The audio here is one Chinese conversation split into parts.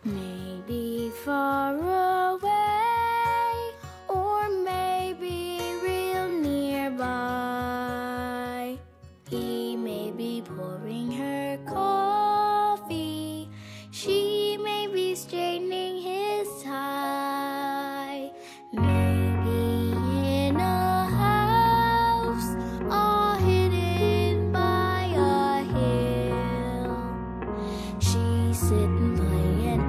Maybe far away, or maybe real nearby. He may be pouring her coffee, she may be straightening his tie. Maybe in a house all hidden by a hill, she's sitting playing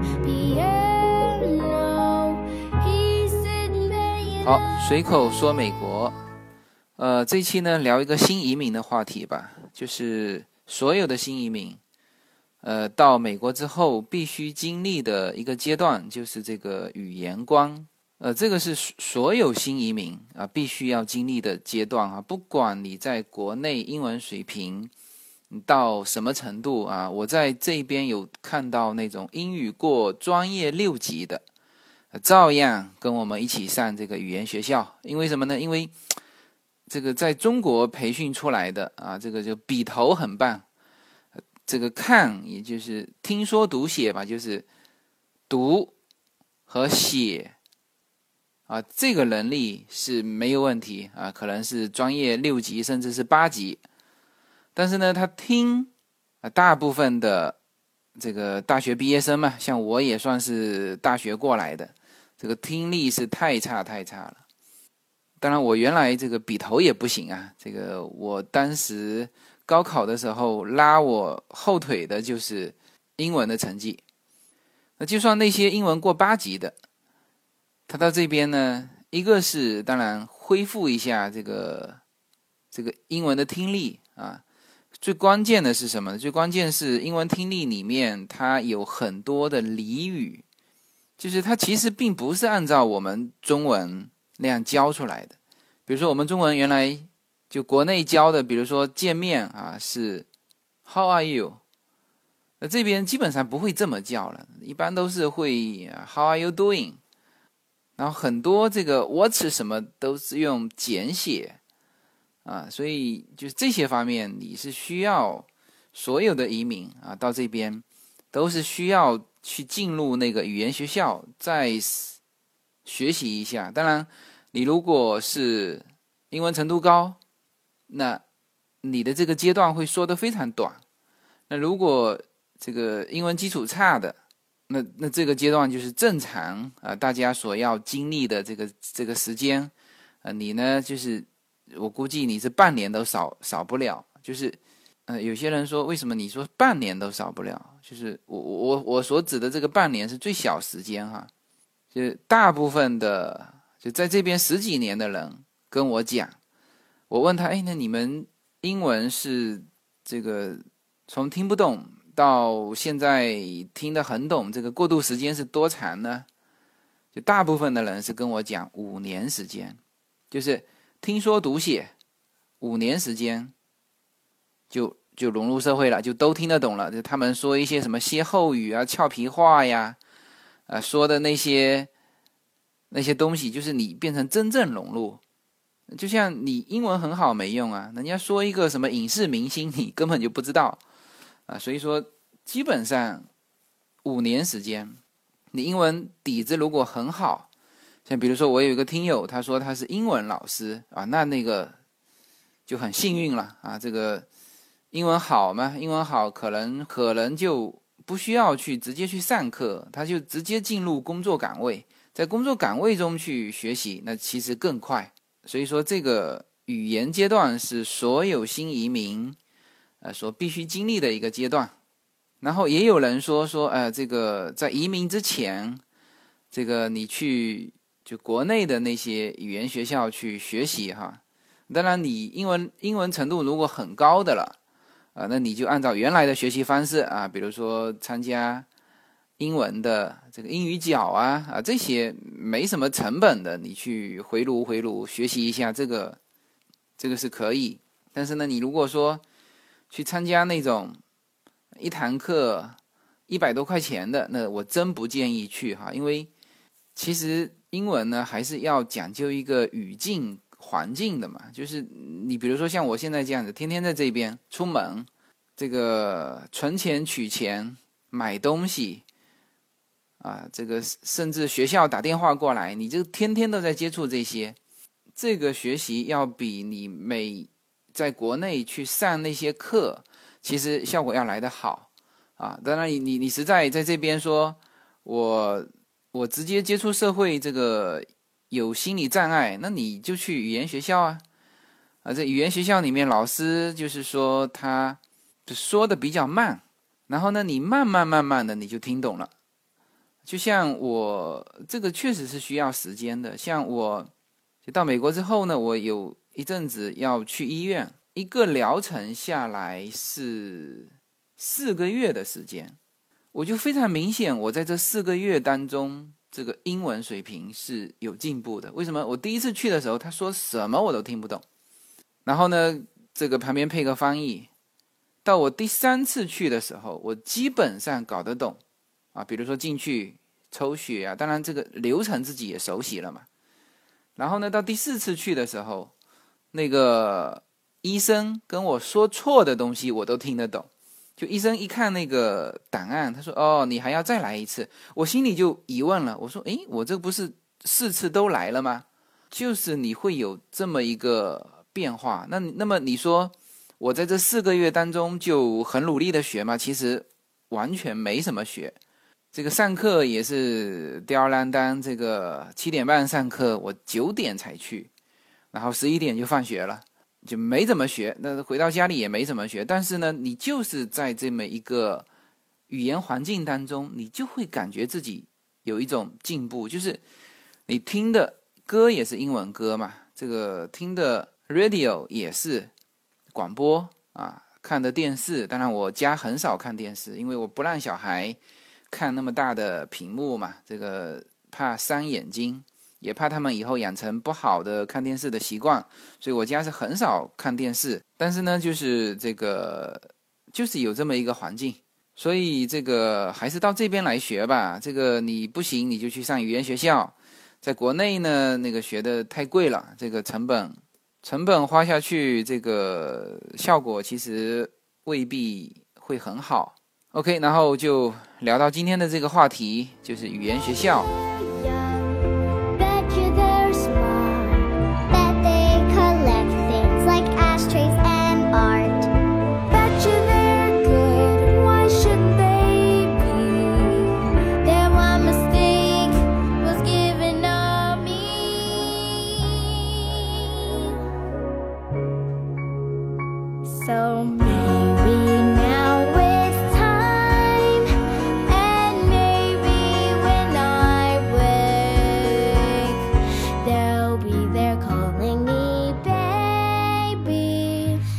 piano, he's sitting playing. 好，随口说美国。这一期呢聊一个新移民的话题吧，就是所有的新移民，到美国之后必须经历的一个阶段，就是这个语言关。这个是所有新移民啊必须要经历的阶段啊，不管你在国内英文水平到什么程度啊，我在这边有看到那种英语过专业6级的，照样跟我们一起上这个语言学校。因为什么呢？因为这个在中国培训出来的啊，这个就笔头很棒，这个看也就是听说读写吧，就是读和写啊，这个能力是没有问题啊，可能是专业6级甚至是8级。但是呢，他听啊，大部分的这个大学毕业生嘛，像我也算是大学过来的，这个听力是太差了。当然我原来这个笔头也不行啊，这个我当时高考的时候拉我后腿的就是英文的成绩。那就算那些英文过8级的，他到这边呢，一个是当然恢复一下这个英文的听力啊，最关键的是什么呢？最关键是英文听力里面它有很多的俚语，就是它其实并不是按照我们中文那样教出来的。比如说我们中文原来就国内教的，比如说见面啊是 How are you， 那这边基本上不会这么叫了，一般都是会 How are you doing， 然后很多这个 What's 什么都是用简写啊，所以就是这些方面你是需要所有的移民啊到这边都是需要去进入那个语言学校再学习一下。当然你如果是英文程度高，那你的这个阶段会说得非常短。那如果这个英文基础差的，那这个阶段就是正常啊，大家所要经历的这个时间你呢就是我估计你是半年都少不了。就是有些人说为什么你说半年都少不了，就是我所指的这个半年是最小时间哈，就大部分的就在这边10几年的人跟我讲，我问他那你们英文是这个从听不懂到现在听得很懂，这个过渡时间是多长呢？就大部分的人是跟我讲5年时间，就是听说读写5年时间就融入社会了，就都听得懂了。就他们说一些什么歇后语啊、俏皮话呀，说的那些东西，就是你变成真正融入。就像你英文很好没用啊，人家说一个什么影视明星，你根本就不知道啊。所以说，基本上5年时间，你英文底子如果很好，像比如说我有一个听友，他说他是英文老师啊，那个就很幸运了啊。这个英文好嘛，英文好可能就不需要直接去上课，他就直接进入工作岗位，在工作岗位中去学习，那其实更快。所以说这个语言阶段是所有新移民所必须经历的一个阶段。然后也有人说这个在移民之前，这个你去就国内的那些语言学校去学习哈。当然你英文程度如果很高的了那你就按照原来的学习方式啊，比如说参加英文的这个英语角啊这些没什么成本的，你去回炉学习一下，这个是可以。但是呢，你如果说去参加那种一堂课100多块钱的，那我真不建议去哈，因为其实英文呢还是要讲究一个语境环境的嘛。就是你比如说像我现在这样子，天天在这边出门，这个存钱取钱买东西这个甚至学校打电话过来，你就天天都在接触这些，这个学习要比你在国内去上那些课，其实效果要来得好当然你实在在这边说我直接接触社会，这个有心理障碍，那你就去语言学校这语言学校里面老师就是说他说的比较慢，然后呢你慢慢的你就听懂了。就像我这个确实是需要时间的，像我就到美国之后呢，我有一阵子要去医院，一个疗程下来是4个月的时间，我就非常明显我在这4个月当中这个英文水平是有进步的。为什么？我第一次去的时候他说什么我都听不懂，然后呢这个旁边配个翻译，到我第3次去的时候我基本上搞得懂比如说进去抽血当然这个流程自己也熟悉了嘛。然后呢到第4次去的时候，那个医生跟我说错的东西我都听得懂，就医生一看那个档案，他说你还要再来一次，我心里就疑问了，我说我这不是4次都来了吗？就是你会有这么一个变化。那么你说我在这4个月当中就很努力的学吗？其实完全没什么学，这个上课也是吊儿郎当，这个7点半上课，我9点才去，然后11点就放学了，就没怎么学。那回到家里也没怎么学，但是呢你就是在这么一个语言环境当中，你就会感觉自己有一种进步。就是你听的歌也是英文歌嘛，这个听的 radio 也是广播看的电视，当然我家很少看电视，因为我不让小孩看那么大的屏幕嘛，这个怕伤眼睛，也怕他们以后养成不好的看电视的习惯，所以我家是很少看电视。但是呢就是就是有这么一个环境，所以这个还是到这边来学吧。这个你不行你就去上语言学校，在国内呢那个学的太贵了，这个成本花下去，这个效果其实未必会很好。OK， 然后就聊到今天的这个话题，就是语言学校。 So maybe now it's time, and maybe when I wake, they'll be there calling me baby,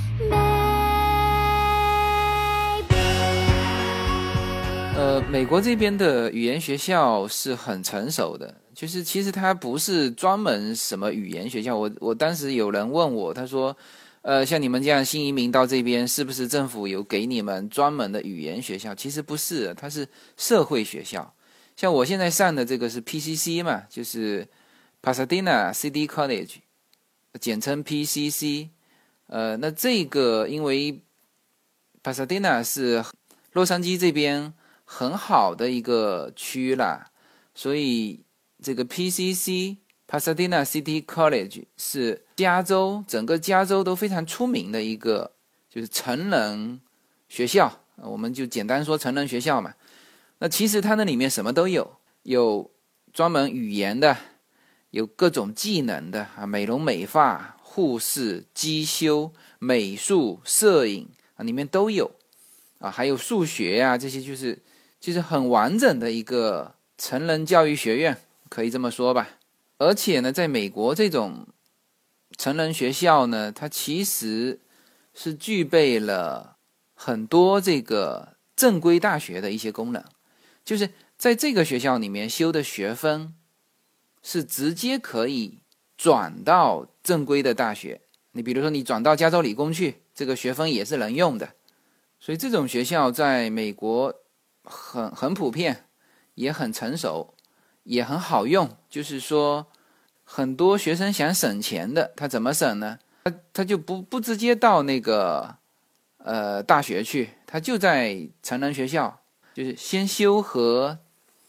maybe. 美国这边的语言学校是很成熟的，就是其实它不是专门什么语言学校。我当时有人问我，他说像你们这样新移民到这边，是不是政府有给你们专门的语言学校？其实不是，它是社会学校。像我现在上的这个是 PCC 嘛，就是 Pasadena City College， 简称 PCC。那这个因为 Pasadena 是洛杉矶这边很好的一个区啦，所以这个 PCC Pasadena City College 是整个加州都非常出名的一个就是成人学校，我们就简单说成人学校嘛。那其实它那里面什么都有，有专门语言的，有各种技能的美容美发、护士、机修、美术、摄影里面都有还有数学这些，就是很完整的一个成人教育学院，可以这么说吧。而且呢，在美国这种成人学校呢，它其实是具备了很多这个正规大学的一些功能，就是在这个学校里面修的学分是直接可以转到正规的大学。你比如说你转到加州理工去，这个学分也是能用的。所以这种学校在美国很普遍，也很成熟，也很好用。就是说很多学生想省钱的，他怎么省呢？他就不直接到那个大学去，他就在成人学校，就是先修和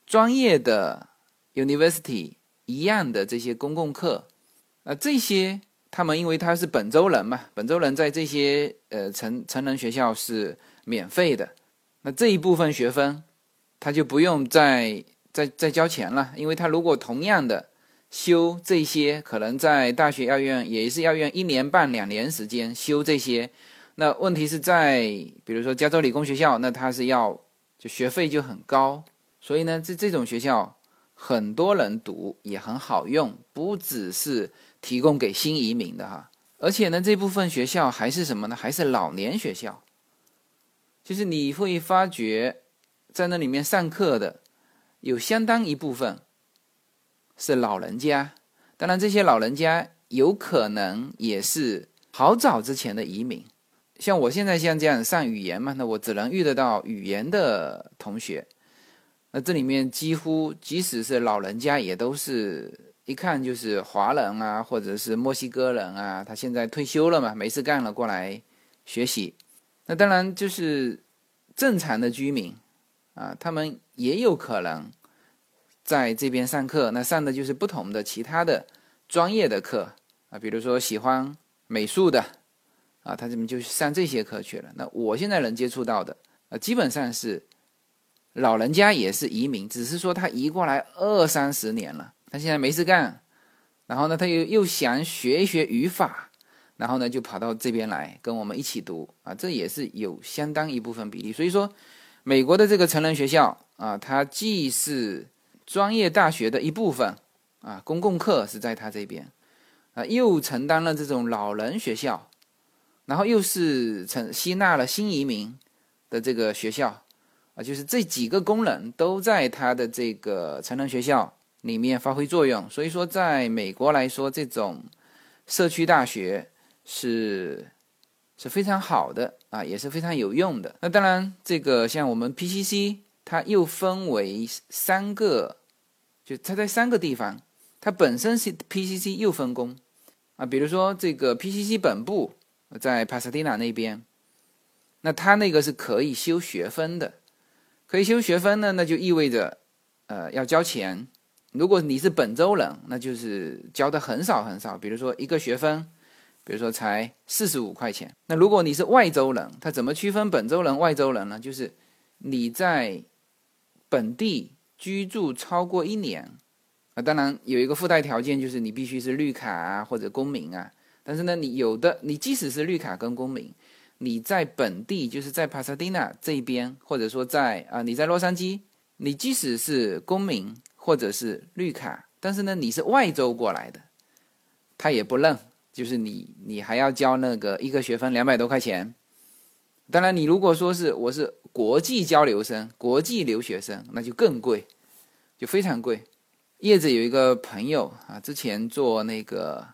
专业的 university 一样的这些公共课，这些他们因为他是本州人嘛，本州人在这些成人学校是免费的，那这一部分学分他就不用再交钱了，因为他如果同样的修这些，可能在大学也是要用1年半2年时间修这些。那问题是在比如说加州理工学校，那他是就学费就很高，所以呢这种学校很多人读也很好用，不只是提供给新移民的哈。而且呢这部分学校还是什么呢？还是老年学校，就是你会发觉在那里面上课的有相当一部分是老人家，当然这些老人家有可能也是好早之前的移民，像我现在像这样上语言嘛，那我只能遇得到语言的同学，那这里面几乎即使是老人家也都是一看就是华人啊，或者是墨西哥人啊，他现在退休了嘛，没事干了过来学习。那当然就是正常的居民啊，他们也有可能在这边上课，那上的就是不同的其他的专业的课啊，比如说喜欢美术的啊，他这边就上这些课去了。那我现在能接触到的基本上是老人家也是移民，只是说他移过来20-30年了，他现在没事干，然后呢他又想学一学语法，然后呢就跑到这边来跟我们一起读啊，这也是有相当一部分比例。所以说美国的这个成人学校啊，它既是专业大学的一部分啊，公共课是在它这边啊，又承担了这种老人学校，然后又是吸纳了新移民的这个学校啊，就是这几个功能都在它的这个成人学校里面发挥作用。所以说在美国来说，这种社区大学是非常好的啊，也是非常有用的。那当然这个像我们 PCC 它又分为3个，就它在3个地方，它本身是 PCC 又分工啊，比如说这个 PCC 本部在 Pasadena 那边，那它那个是可以修学分的，可以修学分呢，那就意味着要交钱。如果你是本州人，那就是交的很少很少，比如说一个学分比如说才45块钱。那如果你是外州人，他怎么区分本州人外州人呢？就是你在本地居住超过1年啊，当然有一个附带条件，就是你必须是绿卡啊或者公民啊。但是呢，你即使是绿卡跟公民，你在本地就是在 Pasadena 这边，或者说你在洛杉矶，你即使是公民或者是绿卡，但是呢你是外州过来的，他也不认，就是你还要交那个一个学分200多块钱。当然你如果说我是国际交流生、国际留学生，那就更贵，就非常贵。叶子有一个朋友啊，之前做那个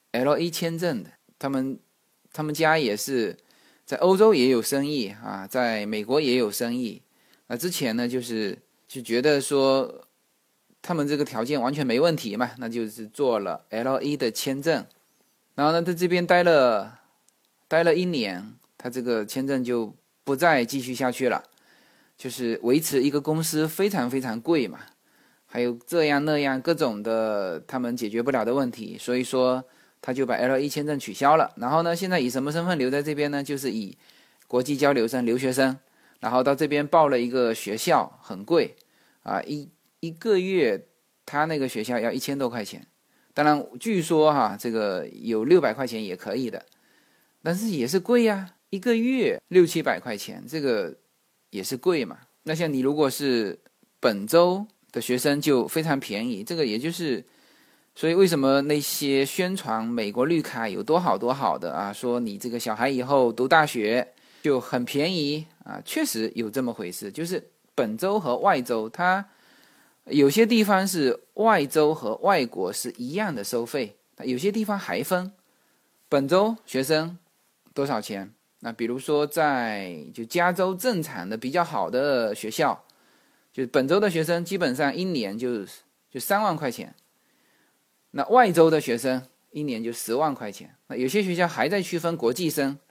L1 签证的，他们家也是在欧洲也有生意啊，在美国也有生意。之前呢就觉得说他们这个条件完全没问题嘛，那就是做了 L1 的签证。然后呢在这边待了1年，他这个签证就不再继续下去了，就是维持一个公司非常非常贵嘛，还有这样那样各种的他们解决不了的问题，所以说他就把 L1 签证取消了。然后呢现在以什么身份留在这边呢？就是以国际交流生、留学生，然后到这边报了一个学校，很贵啊，一个月他那个学校要1000多块钱。当然据说这个有600块钱也可以的，但是也是贵呀，一个月600-700块钱，这个也是贵嘛。那像你如果是本州的学生就非常便宜，这个也就是所以为什么那些宣传美国绿卡有多好多好的啊，说你这个小孩以后读大学就很便宜啊，确实有这么回事。就是本州和外州，它有些地方是外州和外国是一样的收费，有些地方还分本州学生多少钱。那比如说就加州正常的比较好的学校，就是本州的学生基本上1年就3万块钱，那外州的学生1年就10万块钱。那有些学校还在区分国际生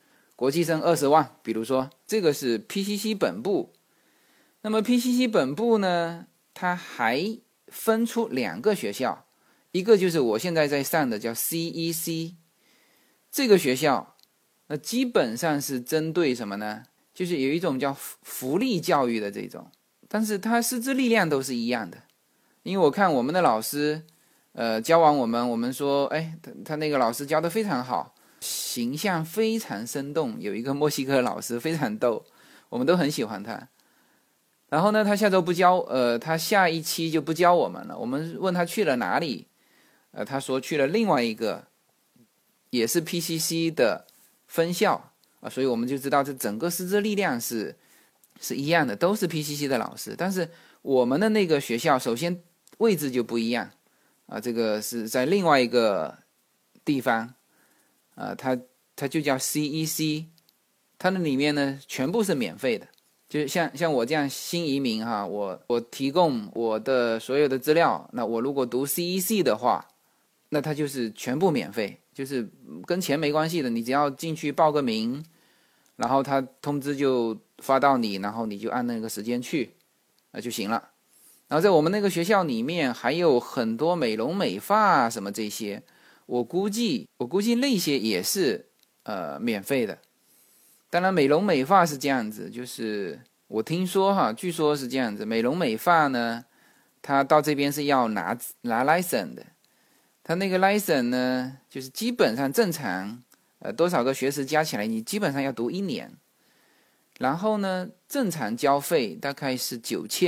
20万，比如说这个是 PCC 本部。那么 PCC 本部呢， 它还分出2个学校，一个就是我现在在上的叫 CEC 这个学校，那基本上是针对什么呢？就是有一种叫福利教育的这种，但是它师资力量都是一样的。因为我看我们的老师，教完我们说，哎，他那个老师教的非常好，形象非常生动。有一个墨西哥老师非常逗，我们都很喜欢他。然后呢，他下周不教，他下一期就不教我们了。我们问他去了哪里，他说去了另外一个，也是 PCC 的分校啊，所以我们就知道这整个师资力量是一样的，都是 PCC 的老师。但是我们的那个学校，首先位置就不一样啊，这个是在另外一个地方啊，它就叫 CEC， 它那里面呢全部是免费的。就像我这样新移民哈，我提供我的所有的资料，那我如果读 CEC 的话，那它就是全部免费，就是跟钱没关系的，你只要进去报个名，然后他通知就发到你，然后你就按那个时间去就行了。然后在我们那个学校里面还有很多美容美发什么这些，我估计那些也是免费的。当然美容美发是这样子，就是我听说哈，据说是这样子，美容美发呢，它到这边是要拿 license 的。它那个 license 呢，就是基本上正常多少个学时加起来，你基本上要读1年。然后呢，正常交费大概是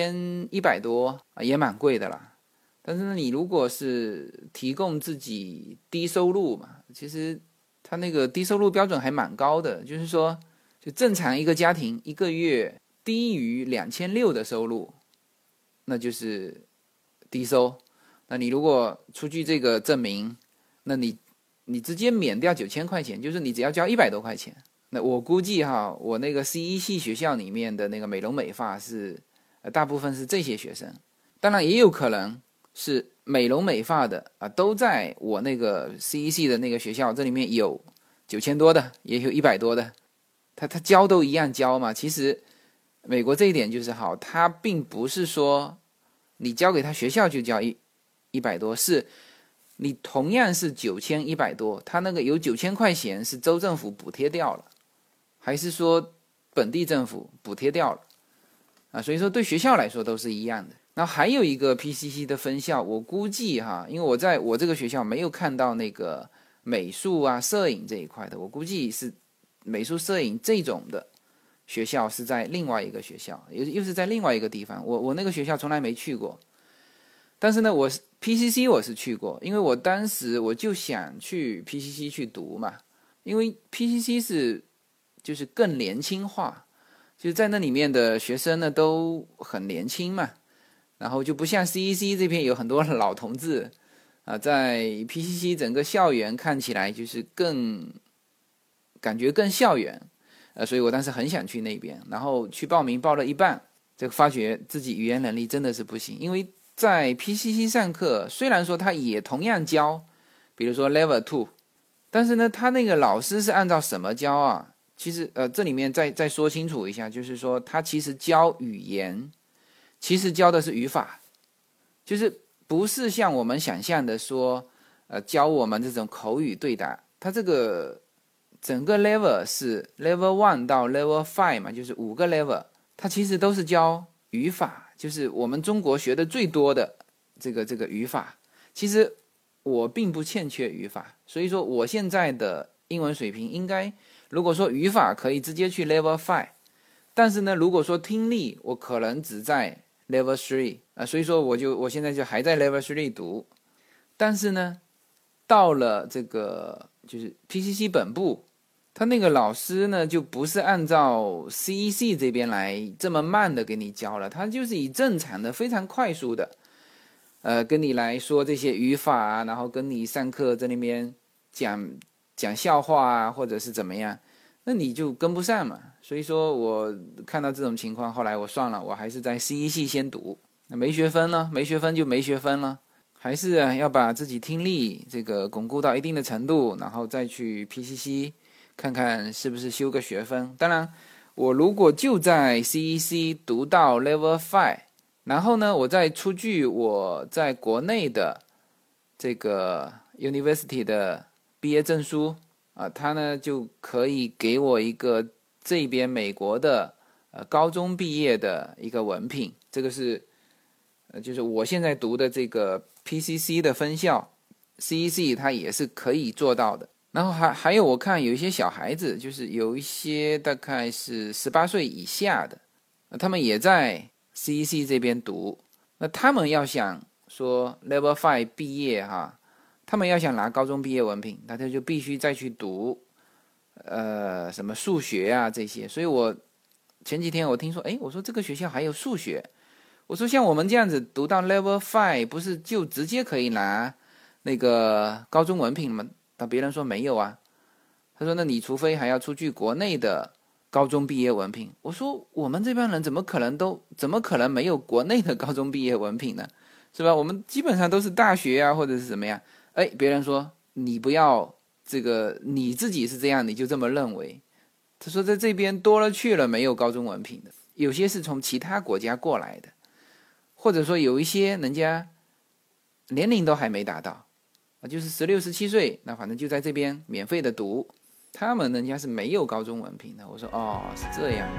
9100多也蛮贵的啦。但是呢，你如果是提供自己低收入嘛，其实它那个低收入标准还蛮高的，就是说，就正常一个家庭一个月低于2600的收入，那就是低收。那你如果出具这个证明，那你直接免掉9000块钱，就是你只要交100多块钱。那我估计哈，我那个 CEC 学校里面的那个美容美发是大部分是这些学生，当然也有可能是美容美发的都在我那个 CEC 的那个学校，这里面有9000多的，也有100多的，他教都一样教嘛。其实美国这一点就是好，他并不是说你交给他学校就交100多，是你同样是9100多，他那个有9000块钱是州政府补贴掉了，还是说本地政府补贴掉了所以说对学校来说都是一样的。然后还有一个 PCC 的分校，我估计哈，因为我在我这个学校没有看到那个美术摄影这一块的，我估计是美术摄影这种的学校是在另外一个学校，又是在另外一个地方。我那个学校从来没去过，但是呢，我 PCC 我是去过，因为我当时我就想去 PCC 去读嘛，因为 PCC 就是更年轻化，就是在那里面的学生呢都很年轻嘛，然后就不像 CEC 这边有很多老同志在 PCC 整个校园看起来就是感觉更校园所以我当时很想去那边，然后去报名报了一半，这个发觉自己语言能力真的是不行，因为在 PCC 上课，虽然说他也同样教，比如说 Level 2，但是呢，他那个老师是按照什么教啊？其实这里面再说清楚一下，就是说他其实教语言，其实教的是语法，就是不是像我们想象的说教我们这种口语对答。他这个整个 level 是 level 1到 level 5嘛，就是5个 level， 它其实都是教语法，就是我们中国学的最多的这个语法。其实我并不欠缺语法，所以说我现在的英文水平应该，如果说语法可以直接去 level 5，但是呢，如果说听力我可能只在 level 3所以说我现在就还在 level 3读。但是呢，到了这个就是 PCC 本部，他那个老师呢就不是按照 CEC 这边来这么慢的给你教了，他就是以正常的非常快速的跟你来说这些语法然后跟你上课在那边讲笑话或者是怎么样，那你就跟不上嘛。所以说我看到这种情况，后来我算了，我还是在 CEC 先读，那没学分呢，没学分就没学分了，还是要把自己听力这个巩固到一定的程度，然后再去 PCC 看看是不是修个学分。当然我如果就在 CEC 读到 Level 5， 然后呢，我再出具我在国内的这个 university 的毕业证书啊，他呢就可以给我一个这边美国的高中毕业的一个文凭。这个是就是我现在读的这个 PCC 的分校 CEC 它也是可以做到的。然后还有我看有一些小孩子，就是有一些大概是18岁以下的，他们也在 CEC 这边读。那他们要想说 Level 5毕业哈，他们要想拿高中毕业文凭，那他就必须再去读什么数学啊这些。所以我前几天我听说，我说这个学校还有数学，我说像我们这样子读到 Level 5不是就直接可以拿那个高中文凭了吗？但别人说没有啊，他说那你除非还要出具国内的高中毕业文凭。我说我们这帮人怎么可能没有国内的高中毕业文凭呢？是吧？我们基本上都是大学啊或者是怎么样。别人说你不要这个，你自己是这样你就这么认为。他说在这边多了去了没有高中文凭的，有些是从其他国家过来的，或者说有一些人家年龄都还没达到，就是16、17岁，那反正就在这边免费的读，他们人家是没有高中文凭的。我说哦，是这样。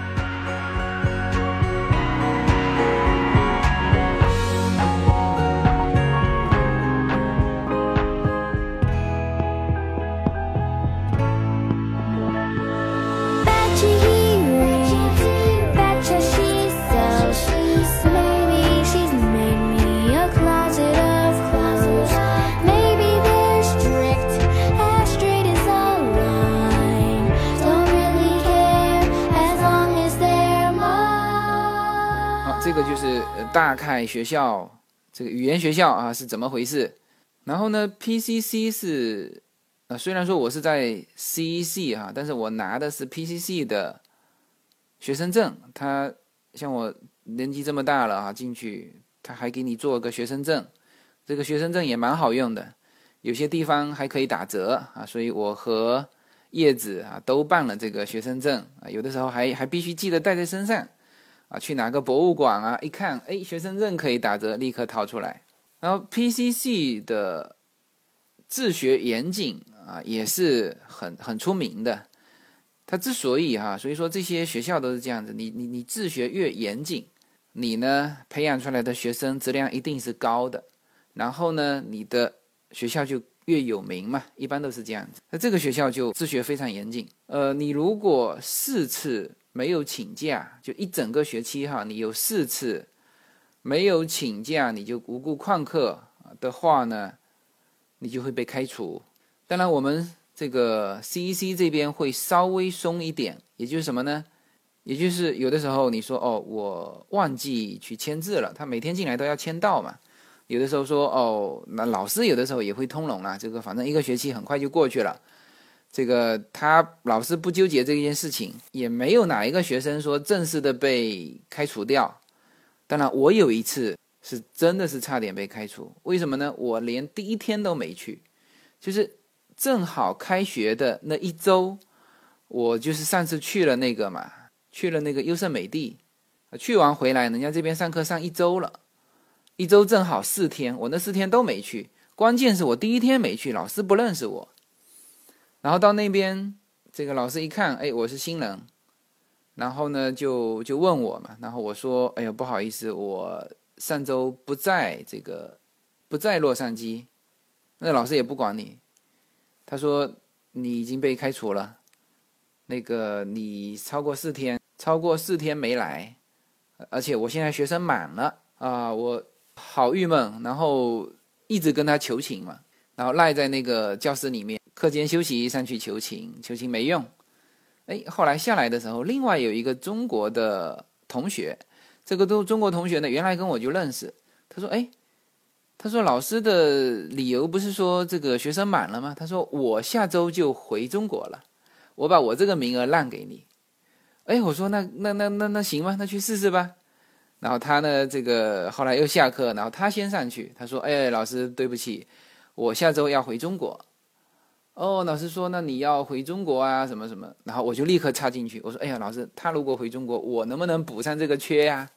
这个就是大概学校这个语言学校啊是怎么回事。然后呢 PCC 是虽然说我是在 CEC 啊，但是我拿的是 PCC 的学生证。他像我年纪这么大了啊，进去他还给你做个学生证，这个学生证也蛮好用的，有些地方还可以打折啊，所以我和叶子啊都办了这个学生证啊，有的时候还必须记得带在身上啊，去哪个博物馆啊，一看学生证可以打折，立刻掏出来。然后 PCC 的自学严谨啊，也是很出名的。它之所以所以说这些学校都是这样子，你自学越严谨，你呢培养出来的学生质量一定是高的，然后呢你的学校就越有名嘛，一般都是这样子。那这个学校就自学非常严谨。你如果4次没有请假，就一整个学期你有4次没有请假，你就无故旷课的话呢，你就会被开除。当然我们这个 CEC 这边会稍微松一点，也就是什么呢？也就是有的时候你说我忘记去签字了，他每天进来都要签到嘛。有的时候说那老师有的时候也会通融啦，这个反正一个学期很快就过去了，这个老师不纠结这件事情，也没有哪一个学生说正式的被开除掉。当然我有一次是真的是差点被开除，为什么呢？我连第一天都没去，就是正好开学的那一周，我就是上次去了那个优胜美地，去完回来人家这边上课上一周了，一周正好4天，我那4天都没去。关键是我第一天没去，老师不认识我，然后到那边这个老师一看我是新人，然后呢就问我嘛，然后我说不好意思，我上周不在洛杉矶。那老师也不管你，他说你已经被开除了，那个你超过4天没来，而且我现在学生满了啊，我好郁闷，然后一直跟他求情嘛，然后赖在那个教室里面，课间休息上去求情没用。后来下来的时候，另外有一个中国的同学，这个中国同学呢原来跟我就认识，他说老师的理由不是说这个学生满了吗？他说我下周就回中国了，我把我这个名额让给你。我说那行吧，那去试试吧。然后他呢这个后来又下课，然后他先上去，他说老师对不起，我下周要回中国。老师说那你要回中国啊什么什么，然后我就立刻插进去，我说老师，他如果回中国，我能不能补上这个缺呀？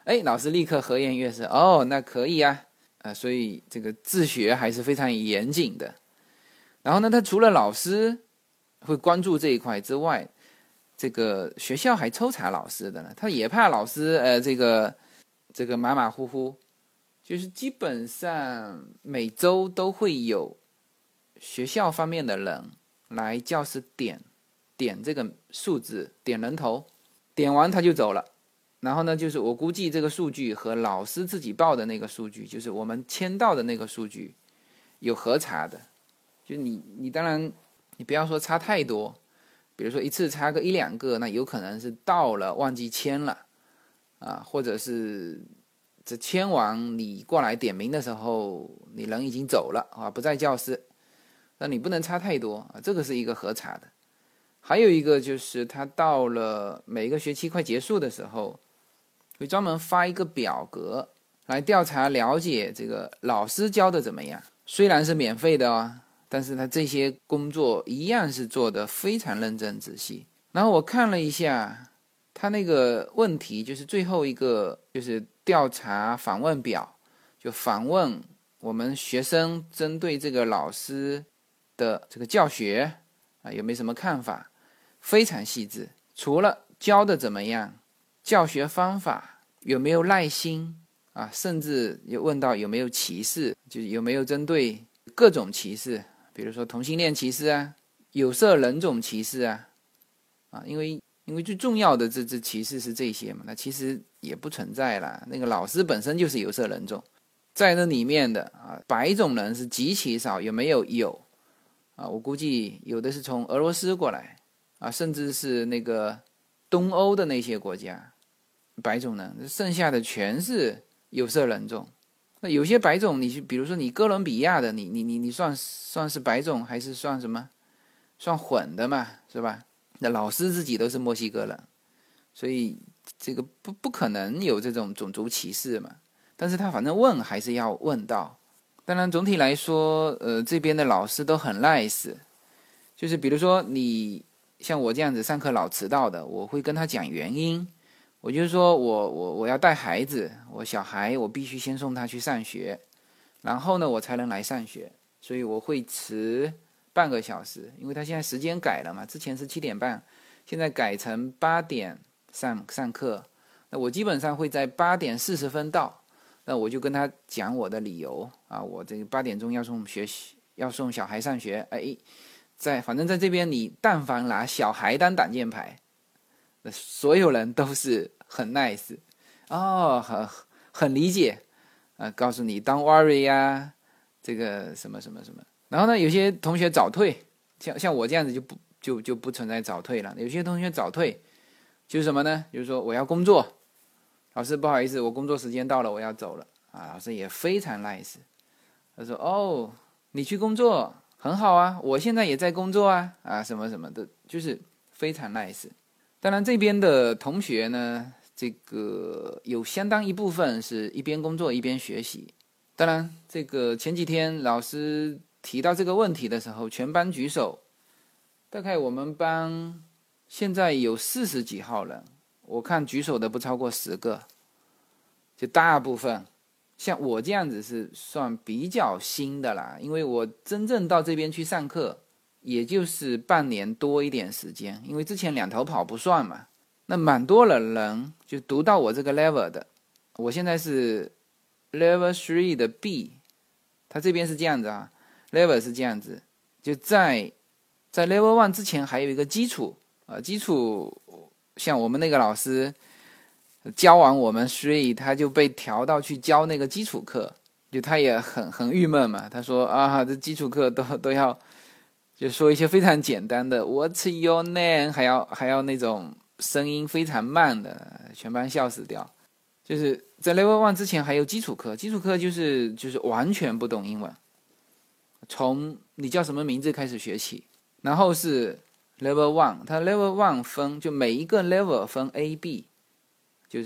老师立刻和颜悦色，哦，那可以啊，所以这个自学还是非常严谨的。然后呢，他除了老师会关注这一块之外，这个学校还抽查老师的呢，他也怕老师这个马马虎虎，就是基本上每周都会有学校方面的人来教室点这个数字，点人头，点完他就走了。然后呢，就是我估计这个数据和老师自己报的那个数据，就是我们签到的那个数据有核查的。就你当然你不要说差太多，比如说一次差个1-2个，那有可能是到了忘记签了啊，或者是这签完你过来点名的时候，你人已经走了啊，不在教室，那你不能差太多啊，这个是一个核查的。还有一个就是他到了每个学期快结束的时候，会专门发一个表格来调查了解这个老师教的怎么样，虽然是免费的啊，但是他这些工作一样是做得非常认真仔细。然后我看了一下他那个问题，就是最后一个就是调查访问表，就访问我们学生针对这个老师的这个教学啊有没有什么看法，非常细致。除了教的怎么样，教学方法有没有耐心啊，甚至有问到有没有歧视，就是有没有针对各种歧视，比如说同性恋歧视啊，有色人种歧视啊，因为最重要的这歧视是这些嘛，那其实也不存在啦，那个老师本身就是有色人种，在那里面的白种人是极其少，有没有？有啊，我估计有的是从俄罗斯过来啊，甚至是那个东欧的那些国家白种人，剩下的全是有色人种。那有些白种，你比如说你哥伦比亚的，你算是白种还是算什么？算混的嘛，是吧？那老师自己都是墨西哥人，所以这个不可能有这种种族歧视嘛。但是他反正问还是要问到。当然总体来说，这边的老师都很 nice， 就是比如说你像我这样子上课老迟到的，我会跟他讲原因。我就说我要带孩子，我小孩我必须先送他去上学，然后呢我才能来上学，所以我会迟半个小时，因为他现在时间改了嘛，之前是7点半，现在改成8点上课，那我基本上会在8点40分到，那我就跟他讲我的理由啊，我这个8点钟要送小孩上学，反正在这边你但凡拿小孩当挡箭牌，所有人都是很 nice 哦，很理解告诉你 don't worry 呀，这个什么什么什么。然后呢，有些同学早退，像我这样子就不存在早退了。有些同学早退就是什么呢？就是说我要工作，老师不好意思，我工作时间到了，我要走了啊。老师也非常 nice， 他说哦，你去工作很好啊，我现在也在工作啊什么什么的，就是非常 nice。当然这边的同学呢，这个有相当一部分是一边工作一边学习。当然这个前几天老师提到这个问题的时候，全班举手，大概我们班现在有40几号人，我看举手的不超过10个，就大部分像我这样子是算比较新的啦，因为我真正到这边去上课也就是半年多一点时间，因为之前2头跑不算嘛。那蛮多的人就读到我这个 level 的，我现在是 level 3的 B， 他这边是这样子啊， level 是这样子，就在 level 1之前还有一个基础基础像我们那个老师教完我们3，他就被调到去教那个基础课，就他也很郁闷嘛，他说这基础课都要就说一些非常简单的 What's your name， 还要那种声音非常慢的，全班笑死掉。就是在 Level 1之前还有基础课，基础课就是完全不懂英文，从你叫什么名字开始学起。然后是 Level 1， 它 Level 1分就每一个 Level 分 A、B， 就是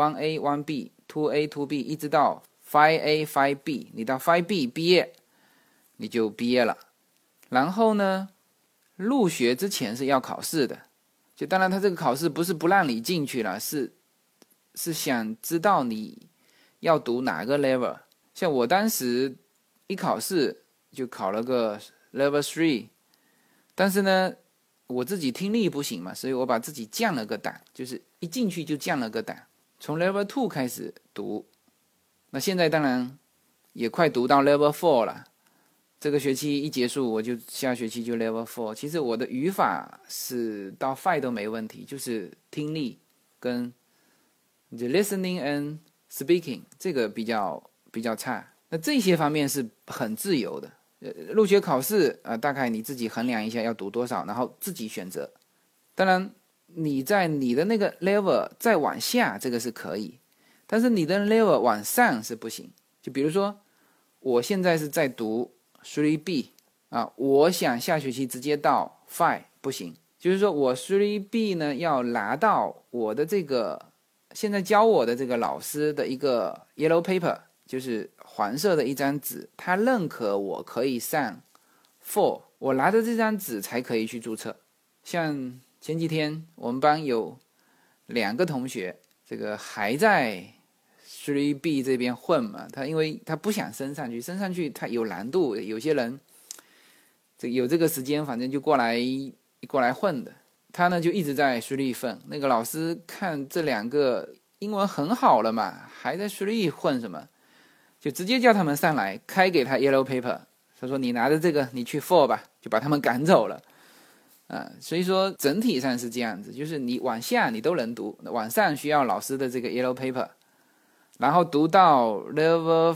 1A、1B、2A、2B 一直到 5A、5B， 你到 5B 毕业你就毕业了。然后呢，入学之前是要考试的，就当然他这个考试不是不让你进去了，是是想知道你要读哪个 level。像我当时一考试就考了个 level 3，但是呢，我自己听力不行嘛，所以我把自己降了个档，就是一进去就降了个档，从 level 2开始读。那现在当然也快读到 level 4了。这个学期一结束，我就下学期就 level 4。其实我的语法是到5都没问题，就是听力跟 the listening and speaking 这个比较差。那这些方面是很自由的。入学考试大概你自己衡量一下要读多少，然后自己选择。当然，你在你的那个 level 再往下，这个是可以，但是你的 level 往上是不行。就比如说，我现在是在读3B 我想下学期直接到5不行，就是说我 3B 呢要拿到我的这个现在教我的这个老师的一个 yellow paper， 就是黄色的一张纸，他认可我可以上 4， 我拿着这张纸才可以去注册。像前几天我们班有2个同学，这个还在3B 这边混嘛，他因为他不想升上去他有难度，有些人有这个时间反正就过来混的，他呢就一直在3混。那个老师看这2个英文很好了嘛，还在3混什么，就直接叫他们上来开给他 yellow paper， 他说你拿着这个你去 4吧，就把他们赶走了。所以说整体上是这样子，就是你往下你都能读，往上需要老师的这个 yellow paper， 然后读到 level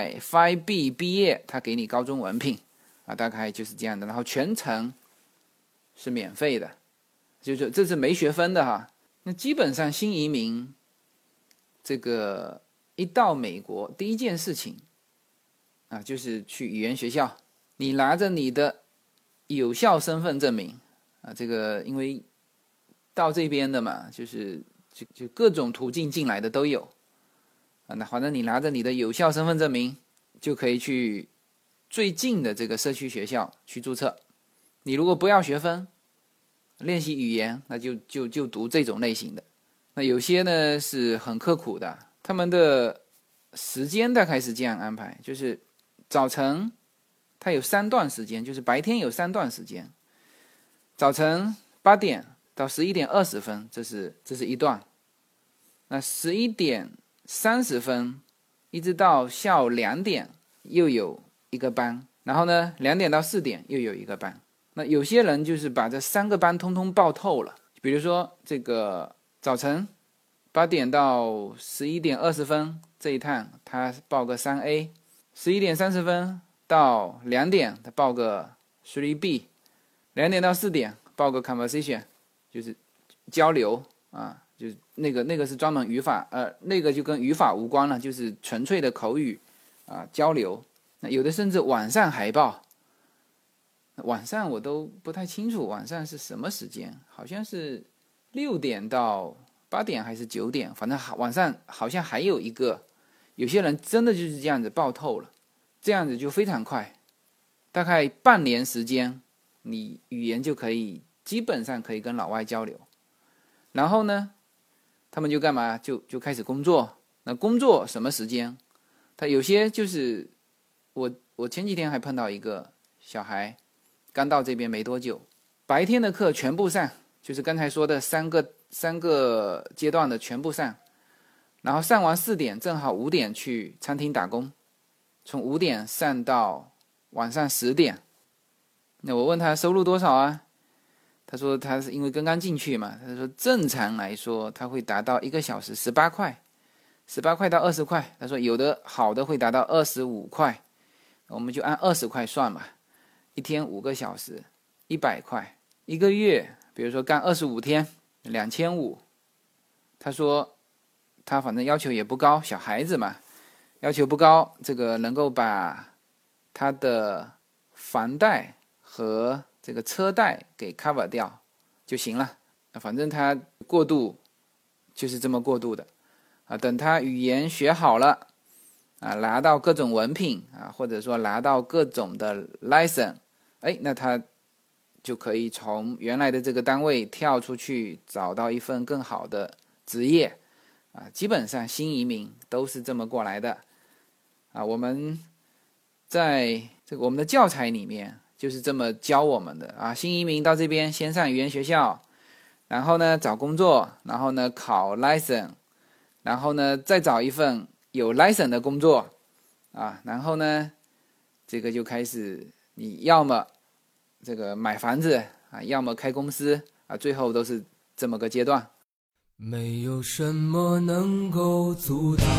5B 毕业，他给你高中文凭大概就是这样的。然后全程是免费的，就是这是没学分的哈。那基本上新移民这个一到美国第一件事情就是去语言学校，你拿着你的有效身份证明这个因为到这边的嘛，就各种途径进来的都有那反正你拿着你的有效身份证明就可以去最近的这个社区学校去注册。你如果不要学分练习语言，那就读这种类型的。那有些呢是很刻苦的，他们的时间大概是这样安排，就是早晨它有3段时间，就是白天有3段时间，早晨8点到11点20分，这是一段。那11点30分一直到下午2点又有一个班，然后呢2点到4点又有一个班。那有些人就是把这3个班通通报透了，比如说这个早晨8点到11点20分这一趟他报个 3A， 11点30分到2点他报个 3B， 2点到4点报个 conversation， 就是交流就是那个是专门语法那个就跟语法无关了，就是纯粹的口语交流。那有的甚至晚上还报，晚上我都不太清楚晚上是什么时间，好像是6点到8点还是9点，反正晚上好像还有一个。有些人真的就是这样子报透了，这样子就非常快，大概半年时间你语言就可以基本上可以跟老外交流。然后呢他们就干嘛，就开始工作。那工作什么时间，他有些就是我前几天还碰到一个小孩刚到这边没多久，白天的课全部上，就是刚才说的三个阶段的全部上，然后上完4点正好5点去餐厅打工，从5点上到晚上10点。那我问他收入多少啊，他说他是因为刚刚进去嘛，他说正常来说他会达到1个小时18块到20块，他说有的好的会达到25块，我们就按20块算吧，一天5个小时100块，一个月比如说干25天2500。他说他反正要求也不高，小孩子嘛要求不高，这个能够把他的房贷和这个车贷给 cover 掉就行了。反正他过渡就是这么过渡的等他语言学好了拿到各种文凭或者说拿到各种的 license， 那他就可以从原来的这个单位跳出去，找到一份更好的职业基本上新移民都是这么过来的我们在我们的教材里面就是这么教我们的新移民到这边先上语言学校，然后呢找工作，然后呢考 license， 然后呢再找一份有 license 的工作然后呢这个就开始你要么这个买房子要么开公司最后都是这么个阶段。 没有什么能够阻挡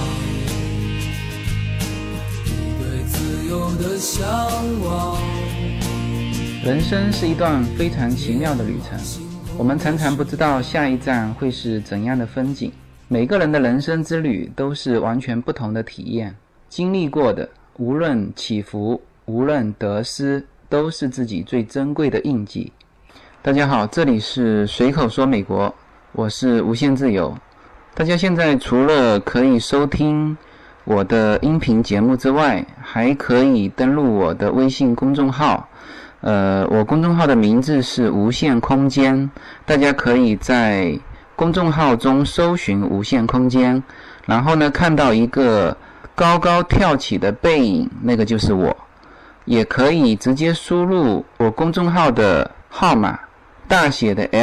你对自由的向往。 人生是一段非常奇妙的旅程，我们常常不知道下一站会是怎样的风景。每个人的人生之旅都是完全不同的体验，经历过的无论起伏，无论得失，都是自己最珍贵的印记。大家好，这里是随口说美国，我是无限自由。大家现在除了可以收听我的音频节目之外，还可以登录我的微信公众号。我公众号的名字是无限空间，大家可以在公众号中搜寻无限空间，然后呢看到一个高高跳起的背影，那个就是我。也可以直接输入我公众号的号码，大写的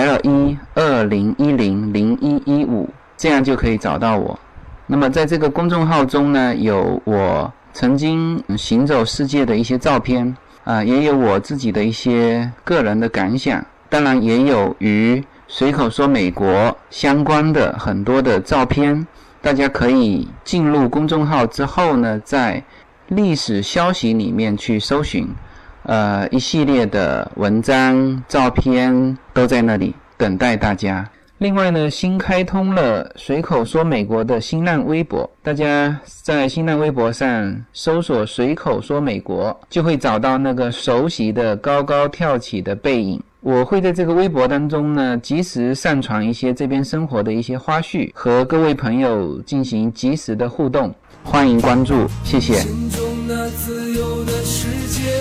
L120100115，这样就可以找到我。那么在这个公众号中呢，有我曾经行走世界的一些照片也有我自己的一些个人的感想，当然也有与随口说美国相关的很多的照片。大家可以进入公众号之后呢，在历史消息里面去搜寻一系列的文章照片都在那里等待大家。另外呢，新开通了随口说美国的新浪微博，大家在新浪微博上搜索随口说美国，就会找到那个熟悉的高高跳起的背影。我会在这个微博当中呢，及时上传一些这边生活的一些花絮，和各位朋友进行及时的互动，欢迎关注，谢谢。 心中那自由的世界，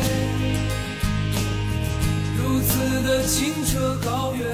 如此的清澈高远。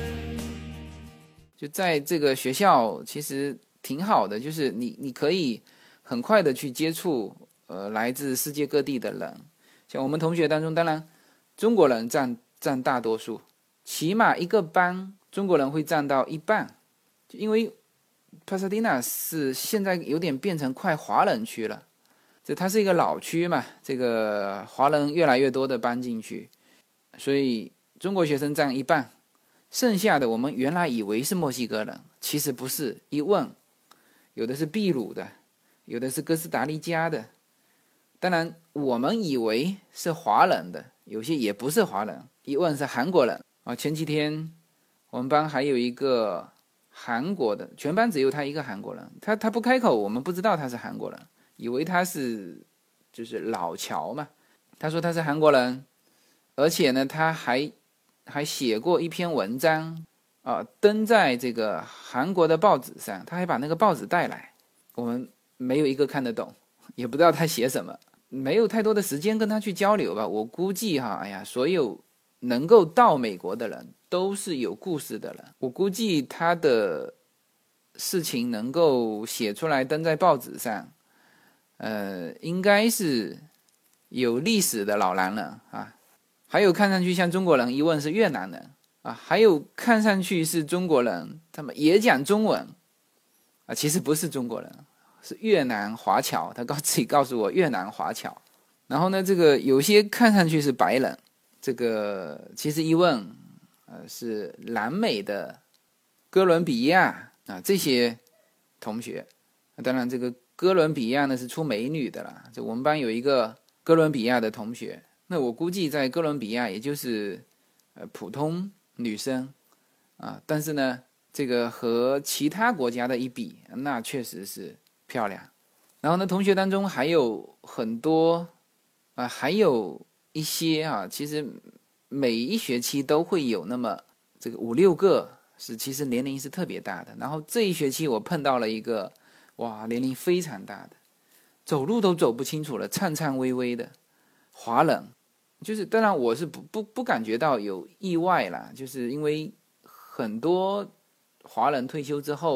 就在这个学校其实挺好的，就是你可以很快的去接触来自世界各地的人。像我们同学当中，当然中国人占大多数，起码一个班中国人会占到一半，就因为 Pasadena 是现在有点变成快华人区了，它是一个老区嘛，这个华人越来越多的搬进去，所以中国学生占一半。剩下的我们原来以为是墨西哥人，其实不是，一问有的是秘鲁的，有的是哥斯达黎加的，当然我们以为是华人的有些也不是华人，一问是韩国人前几天我们班还有一个韩国的，全班只有他一个韩国人，他不开口，我们不知道他是韩国人，以为他是就是老侨嘛。他说他是韩国人，而且呢他还写过一篇文章登在这个韩国的报纸上，他还把那个报纸带来，我们没有一个看得懂，也不知道他写什么，没有太多的时间跟他去交流吧。我估计所有能够到美国的人都是有故事的人，我估计他的事情能够写出来登在报纸上应该是有历史的老男人还有看上去像中国人，一问是越南人还有看上去是中国人，他们也讲中文其实不是中国人，是越南华侨，他自己告诉我越南华侨。然后呢，这个有些看上去是白人，这个其实一问是南美的哥伦比亚这些同学。当然这个哥伦比亚呢是出美女的啦，就我们班有一个哥伦比亚的同学，那我估计在哥伦比亚也就是普通女生但是呢这个和其他国家的一比，那确实是漂亮。然后呢同学当中还有很多还有一些其实每一学期都会有那么这个5-6个是其实年龄是特别大的。然后这一学期我碰到了一个年龄非常大的，走路都走不清楚了，颤颤巍巍的华人。就是当然我是不感觉到有意外啦，就是因为很多华人退休之后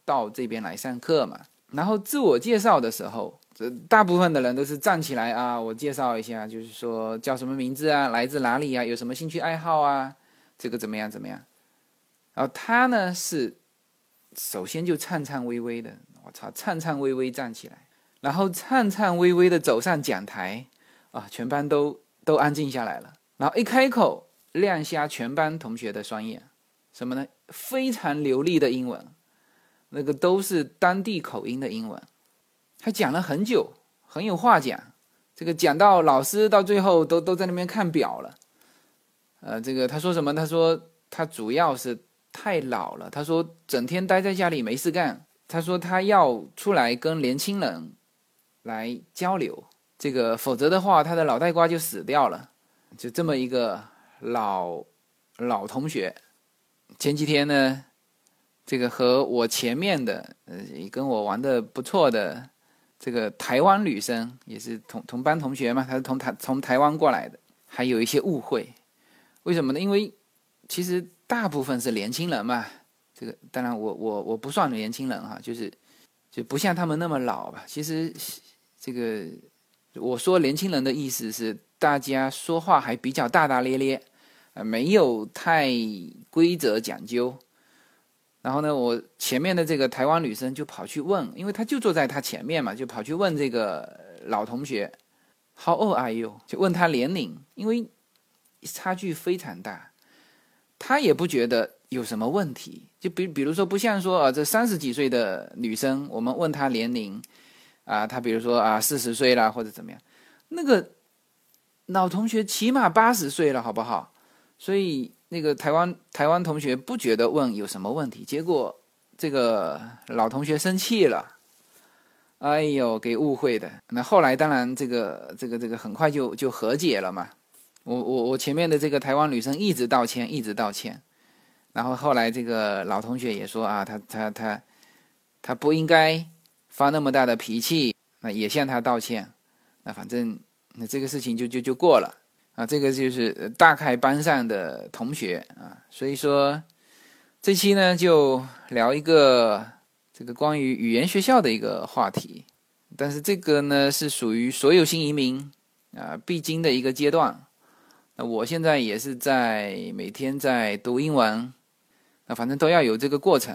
到这边来上课嘛。然后自我介绍的时候，大部分的人都是站起来啊，我介绍一下，就是说叫什么名字啊，来自哪里啊，有什么兴趣爱好啊，这个怎么样怎么样。然后他呢是首先就颤颤巍巍的，我操，颤颤巍巍站起来，然后颤颤巍巍的走上讲台啊，全班都安静下来了。然后一开口，亮瞎全班同学的双眼。什么呢？非常流利的英文，那个都是当地口音的英文。他讲了很久，很有话讲。这个讲到老师到最后都在那边看表了。这个他说什么？他说他主要是太老了。他说整天待在家里没事干。他说他要出来跟年轻人来交流，这个否则的话他的脑袋瓜就死掉了。就这么一个老同学。前几天呢，这个和我前面的跟我玩的不错的这个台湾女生，也是同班同学嘛，她是从台湾过来的，还有一些误会。为什么呢？因为其实大部分是年轻人嘛，这个当然我不算年轻人哈，就不像他们那么老吧。其实这个我说年轻人的意思是大家说话还比较大大咧咧，没有太规则讲究。然后呢，我前面的这个台湾女生就跑去问，因为她就坐在她前面嘛，就跑去问这个老同学 How old are you？ 就问他年龄，因为差距非常大，她也不觉得有什么问题。就比如说，不像说这30几岁的女生，我们问她年龄她比如说40岁啦或者怎么样，那个老同学起码80岁了，好不好？所以那个台湾同学不觉得问有什么问题，结果这个老同学生气了，哎呦，给误会的。那后来当然这个很快就和解了嘛。我前面的这个台湾女生一直道歉，然后后来这个老同学也说他不应该发那么大的脾气，那也向他道歉。那反正那这个事情就过了。这个就是大概班上的同学所以说这期呢就聊一个这个关于语言学校的一个话题，但是这个呢是属于所有新移民必经的一个阶段。那我现在也是每天在读英文，反正都要有这个过程。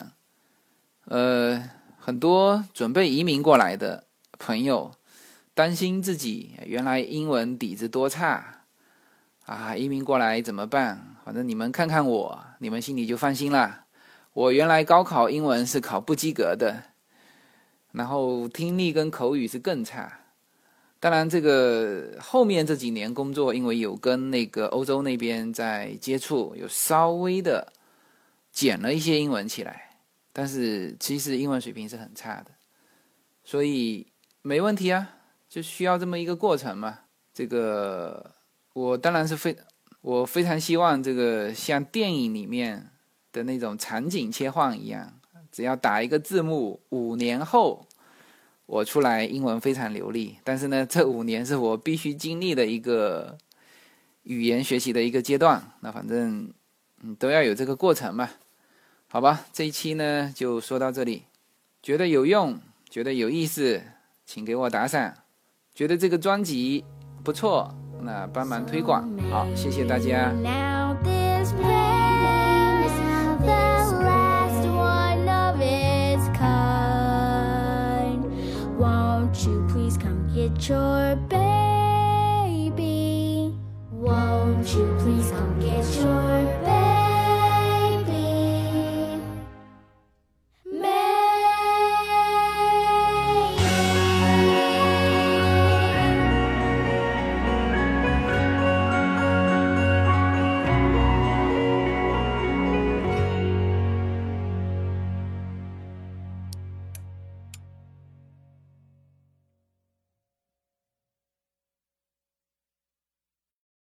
很多准备移民过来的朋友担心自己原来英文底子多差移民过来怎么办？反正你们看看我，你们心里就放心啦。我原来高考英文是考不及格的，然后听力跟口语是更差。当然这个后面这几年工作，因为有跟那个欧洲那边在接触，有稍微的捡了一些英文起来，但是其实英文水平是很差的，所以没问题就需要这么一个过程嘛。这个我当然是我非常希望这个像电影里面的那种场景切换一样，只要打一个字幕，5年后我出来英文非常流利。但是呢，这5年是我必须经历的一个语言学习的一个阶段。那反正都要有这个过程嘛。好吧，这一期呢就说到这里。觉得有用，觉得有意思，请给我打赏。觉得这个专辑不错，那帮忙推广。好，谢谢大家。 Now this plane is the last one of its kind. Won't you please come get your baby? Won't you please come